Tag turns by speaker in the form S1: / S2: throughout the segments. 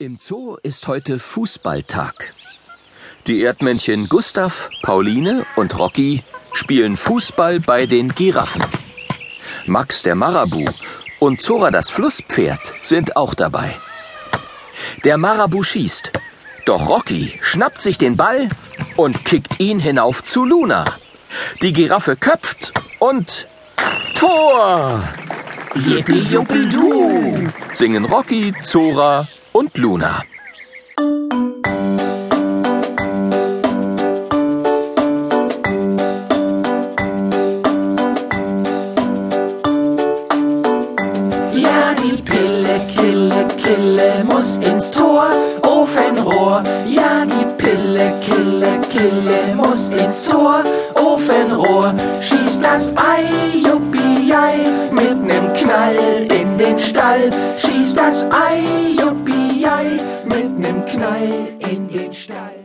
S1: Im Zoo ist heute Fußballtag. Die Erdmännchen Gustav, Pauline und Rocky spielen Fußball bei den Giraffen. Max der Marabu und Zora das Flusspferd sind auch dabei. Der Marabu schießt, doch Rocky schnappt sich den Ball und kickt ihn hinauf zu Luna. Die Giraffe köpft und Tor! Yippie-Juppie-Du! Singen Rocky, Zora und Luna.
S2: Ja, die Pille, Kille, Kille muss ins Tor, Ofenrohr. Ja, die Pille, Kille, Kille muss ins Tor, Ofenrohr. Schießt das Ei, Juppie-Ei, mit nem Knall in den Stall. Schießt das Ei, Juppie-Ei, mit nem Knall in den Stall.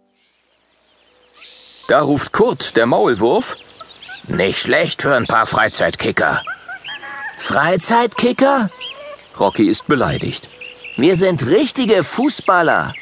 S1: Da ruft Kurt, der Maulwurf: Nicht schlecht für ein paar Freizeitkicker.
S3: Freizeitkicker?
S1: Rocky ist beleidigt.
S3: Wir sind richtige Fußballer.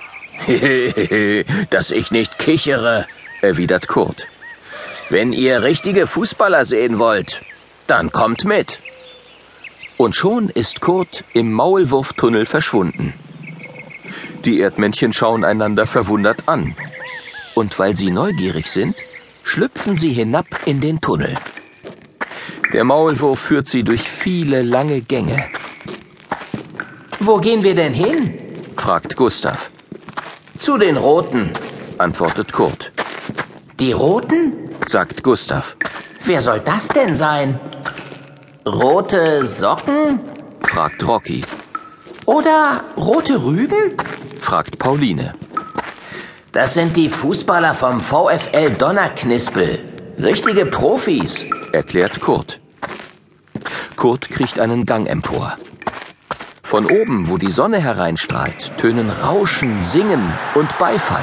S1: Dass ich nicht kichere, erwidert Kurt.
S3: Wenn ihr richtige Fußballer sehen wollt, dann kommt mit.
S1: Und schon ist Kurt im Maulwurftunnel verschwunden. Die Erdmännchen schauen einander verwundert an. Und weil sie neugierig sind, schlüpfen sie hinab in den Tunnel. Der Maulwurf führt sie durch viele lange Gänge.
S3: Wo gehen wir denn hin?
S1: Fragt Gustav.
S3: Zu den Roten,
S1: Antwortet Kurt.
S3: Die Roten?
S1: Sagt Gustav.
S3: Wer soll das denn sein? Rote Socken?
S1: Fragt Rocky.
S3: Oder rote Rüben?
S1: Fragt Pauline.
S3: Das sind die Fußballer vom VfL Donnerknispel. Richtige Profis,
S1: erklärt Kurt. Kurt kriecht einen Gang empor. Von oben, wo die Sonne hereinstrahlt, tönen Rauschen, Singen und Beifall.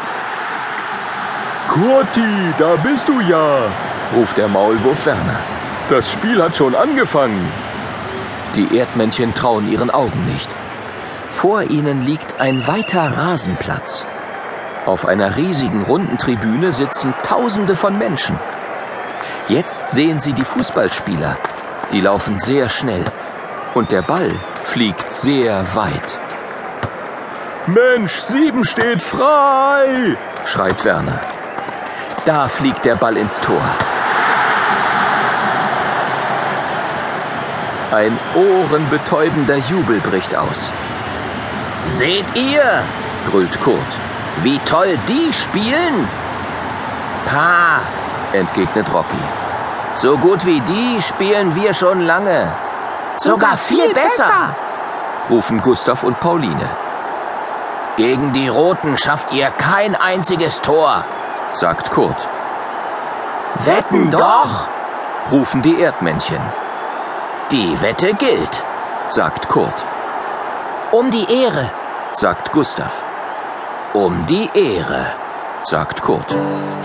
S4: Kurti, da bist du ja,
S1: ruft der Maulwurf Werner.
S4: Das Spiel hat schon angefangen.
S1: Die Erdmännchen trauen ihren Augen nicht. Vor ihnen liegt ein weiter Rasenplatz. Auf einer riesigen runden Tribüne sitzen Tausende von Menschen. Jetzt sehen sie die Fußballspieler. Die laufen sehr schnell. Und der Ball fliegt sehr weit.
S4: Mensch, 7 steht frei,
S1: schreit Werner. Da fliegt der Ball ins Tor. Ein ohrenbetäubender Jubel bricht aus.
S3: Seht ihr,
S1: brüllt Kurt,
S3: wie toll die spielen?
S1: Pah, entgegnet Rocky.
S3: So gut wie die spielen wir schon lange. Sogar viel besser,
S1: rufen Gustav und Pauline.
S3: Gegen die Roten schafft ihr kein einziges Tor,
S1: sagt Kurt.
S3: Wetten doch,
S1: rufen die Erdmännchen.
S3: Die Wette gilt,
S1: sagt Kurt.
S3: Um die Ehre,
S1: sagt Gustav.
S3: Um die Ehre,
S1: sagt Kurt.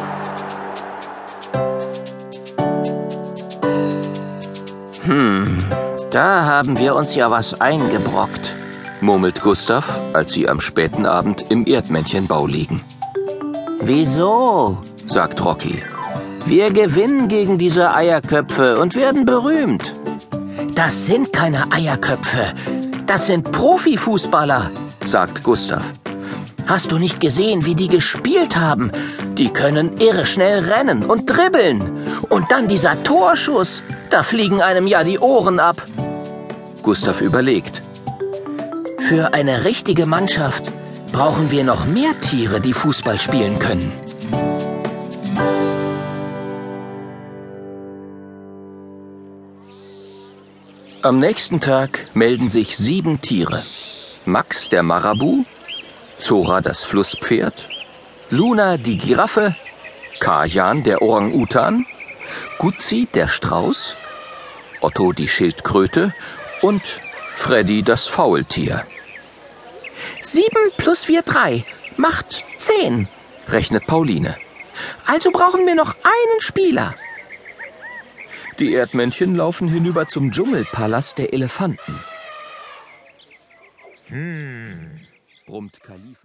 S3: Da haben wir uns ja was eingebrockt,
S1: murmelt Gustav, als sie am späten Abend im Erdmännchenbau liegen.
S3: Wieso?
S1: sagt Rocky.
S3: Wir gewinnen gegen diese Eierköpfe und werden berühmt. Das sind keine Eierköpfe, das sind Profifußballer,
S1: sagt Gustav.
S3: Hast du nicht gesehen, wie die gespielt haben? Die können irre schnell rennen und dribbeln. Und dann dieser Torschuss, da fliegen einem ja die Ohren ab.
S1: Gustav überlegt.
S3: Für eine richtige Mannschaft brauchen wir noch mehr Tiere, die Fußball spielen können.
S1: Am nächsten Tag melden sich 7 Tiere. Max der Marabu, Zora das Flusspferd, Luna die Giraffe, Kajan der Orang-Utan, Gutzi der Strauß, Otto die Schildkröte und Freddy das Faultier.
S3: 7 plus 4, 3 macht 10,
S1: rechnet Pauline.
S3: Also brauchen wir noch einen Spieler.
S1: Die Erdmännchen laufen hinüber zum Dschungelpalast der Elefanten. brummt Khalifa.